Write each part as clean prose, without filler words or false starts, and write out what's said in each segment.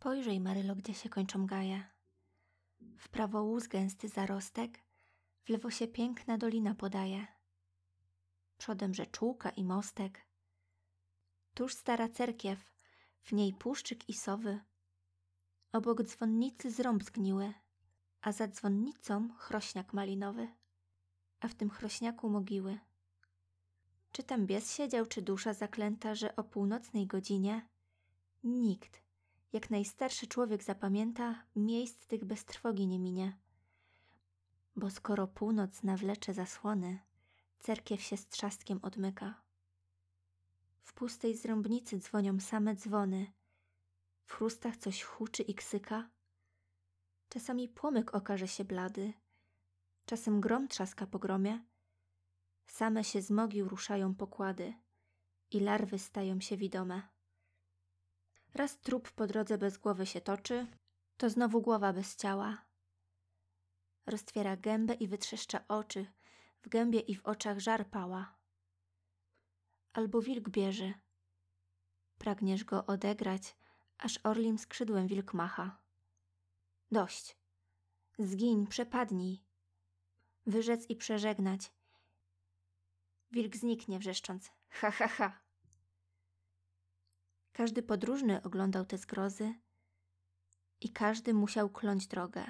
Spojrzyj, Marylo, gdzie się kończą gaje. W prawo łuz gęsty zarostek, w lewo się piękna dolina podaje. Przodem rzeczułka i mostek. Tuż stara cerkiew, w niej puszczyk i sowy. Obok dzwonnicy zrąb zgniły, a za dzwonnicą chrośniak malinowy, a w tym chrośniaku mogiły. Czy tam bies siedział, czy dusza zaklęta, że o północnej godzinie nikt, jak najstarszy człowiek zapamięta, miejsc tych bez trwogi nie minie. Bo skoro północ nawlecze zasłony, cerkiew się z trzastkiem odmyka. W pustej zrąbnicy dzwonią same dzwony, w chrustach coś huczy i ksyka. Czasami płomyk okaże się blady, czasem grom trzaska po gromie. Same się z mogił ruszają pokłady i larwy stają się widome. Raz trup po drodze bez głowy się toczy, to znowu głowa bez ciała. Roztwiera gębę i wytrzeszcza oczy, w gębie i w oczach żar pała. Albo wilk bierze. Pragniesz go odegrać, aż orlim skrzydłem wilk macha. Dość. Zgiń, przepadnij. Wyrzec i przeżegnać. Wilk zniknie wrzeszcząc. Ha, ha, ha. Każdy podróżny oglądał te zgrozy i każdy musiał kląć drogę.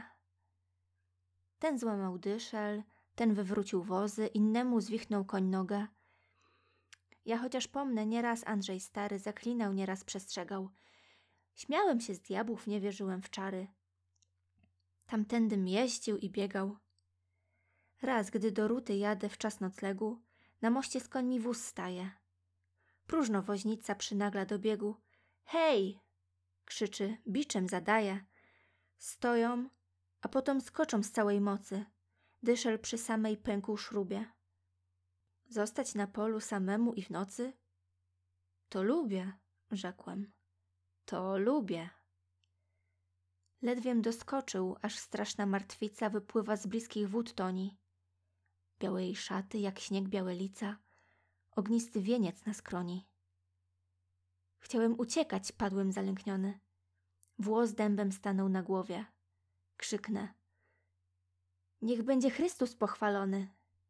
Ten złamał dyszel, ten wywrócił wozy, innemu zwichnął koń nogę. Ja chociaż pomnę, nieraz Andrzej stary zaklinał, nieraz przestrzegał. Śmiałem się z diabłów, nie wierzyłem w czary. Tamtędym jeździł i biegał. Raz, gdy do Ruty jadę w czas noclegu, na moście z końmi wóz staje. Próżno woźnica przynagla do biegu. Hej! Krzyczy, biczem zadaje. Stoją, a potem skoczą z całej mocy. Dyszel przy samej pękł śrubie. Zostać na polu samemu i w nocy? To lubię, rzekłem. To lubię. Ledwiem doskoczył, aż straszna martwica wypływa z bliskich wód toni. Białe jej szaty, jak śnieg białe lica, ognisty wieniec na skroni. Chciałem uciekać, padłem zalękniony. Włos dębem stanął na głowie. Krzyknę. Niech będzie Chrystus pochwalony.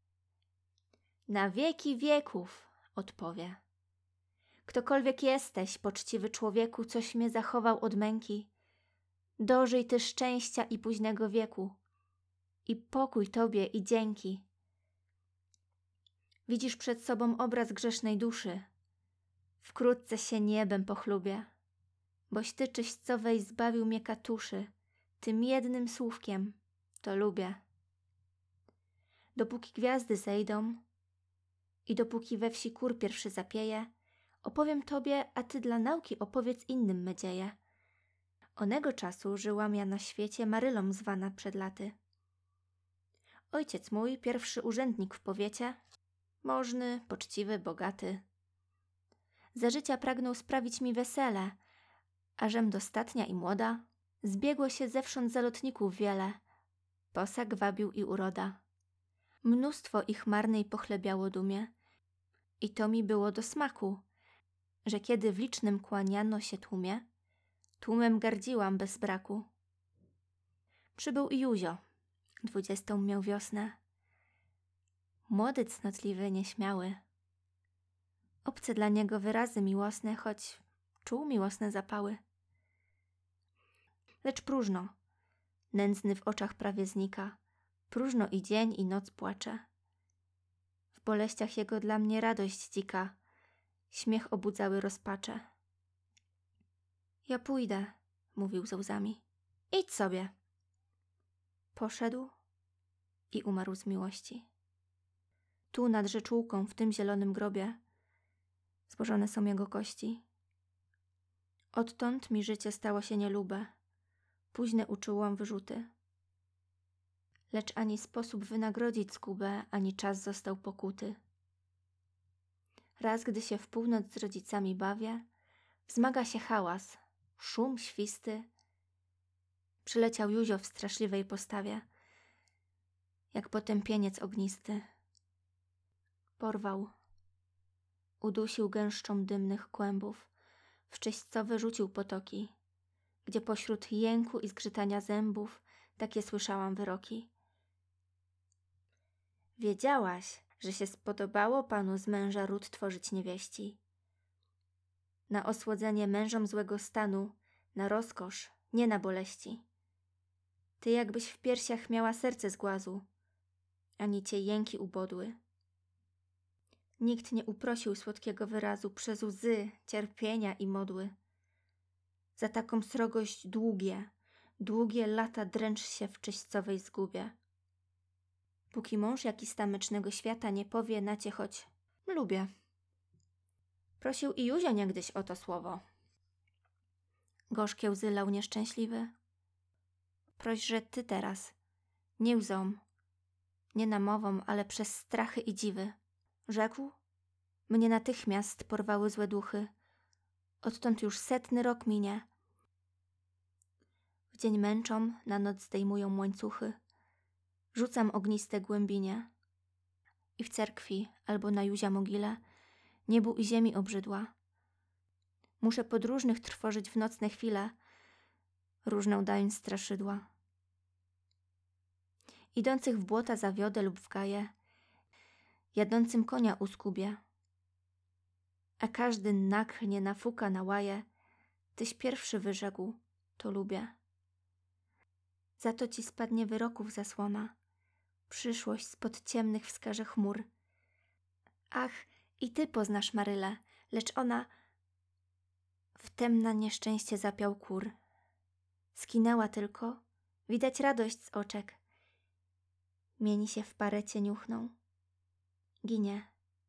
Na wieki wieków, odpowie. Ktokolwiek jesteś, poczciwy człowieku, coś mnie zachował od męki, dożyj ty szczęścia i późnego wieku. I pokój tobie i dzięki. Widzisz przed sobą obraz grzesznej duszy. Wkrótce się niebem pochlubię, boś ty czyścowej zbawił mnie katuszy, tym jednym słówkiem to lubię. Dopóki gwiazdy zejdą i dopóki we wsi kur pierwszy zapieje, opowiem tobie, a ty dla nauki opowiedz innym me dzieje. Onego czasu żyłam ja na świecie Marylą zwana przed laty. Ojciec mój, pierwszy urzędnik w powiecie, możny, poczciwy, bogaty. Za życia pragnął sprawić mi wesele, a żem dostatnia i młoda, zbiegło się zewsząd zalotników wiele, posag wabił i uroda. Mnóstwo ich marnej pochlebiało dumie i to mi było do smaku, że kiedy w licznym kłaniano się tłumie, tłumem gardziłam bez braku. Przybył i Józio, 20 miał wiosnę. Młody, cnotliwy, nieśmiały. Obce dla niego wyrazy miłosne, choć czuł miłosne zapały. Lecz próżno, nędzny w oczach prawie znika, próżno i dzień i noc płacze. W boleściach jego dla mnie radość dzika, śmiech obudzały rozpacze. Ja pójdę, mówił ze łzami. Idź sobie. Poszedł i umarł z miłości. Tu nad rzeczułką, w tym zielonym grobie, złożone są jego kości. Odtąd mi życie stało się nielube. Późne uczułam wyrzuty. Lecz ani sposób wynagrodzić zgubę, ani czas został pokuty. Raz, gdy się w północ z rodzicami bawię, wzmaga się hałas, szum świsty. Przyleciał Józio w straszliwej postawie, jak potępieniec ognisty. Porwał, udusił gęszczą dymnych kłębów, w czyśćcowe rzucił potoki, gdzie pośród jęku i zgrzytania zębów takie słyszałam wyroki. Wiedziałaś, że się spodobało panu z męża ród tworzyć niewieści. Na osłodzenie mężom złego stanu, na rozkosz, nie na boleści. Ty jakbyś w piersiach miała serce z głazu, ani cię jęki ubodły. Nikt nie uprosił słodkiego wyrazu przez łzy, cierpienia i modły. Za taką srogość długie lata dręcz się w czyścowej zgubie. Póki mąż jaki stamecznego świata nie powie na cię choć lubię. Prosił i Józia niegdyś o to słowo. Gorzkie łzy lał nieszczęśliwy. Proś, że ty teraz, nie łzą, nie namową, ale przez strachy i dziwy. Rzekł, mnie natychmiast porwały złe duchy. Odtąd już 100. rok minie. W dzień męczą, na noc zdejmują łańcuchy. Rzucam ogniste głębinie. I w cerkwi, albo na Józia mogile, niebu i ziemi obrzydła. Muszę podróżnych trwożyć w nocne chwile, różną dając straszydła. Idących w błota zawiodę lub w gaje, jadącym konia uskubię. A każdy naklnie, nafuka, nałaje, tyś pierwszy wyrzekł, to lubię. Za to ci spadnie wyroków zasłona, przyszłość spod ciemnych wskaże chmur. Ach, i ty poznasz Marylę, lecz ona wtem na nieszczęście zapiał kur. Skinęła tylko, widać radość z oczek. Mieni się w parę cieniuchną. Ginie,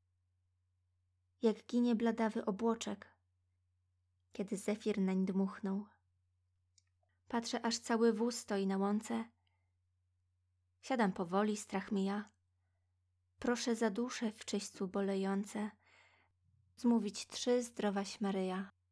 jak ginie bladawy obłoczek, kiedy zefir nań dmuchnął. Patrzę, aż cały wóz stoi na łące. Siadam powoli, strach mija. Proszę za duszę w czyśćcu bolejące zmówić 3 zdrowaś Maryja.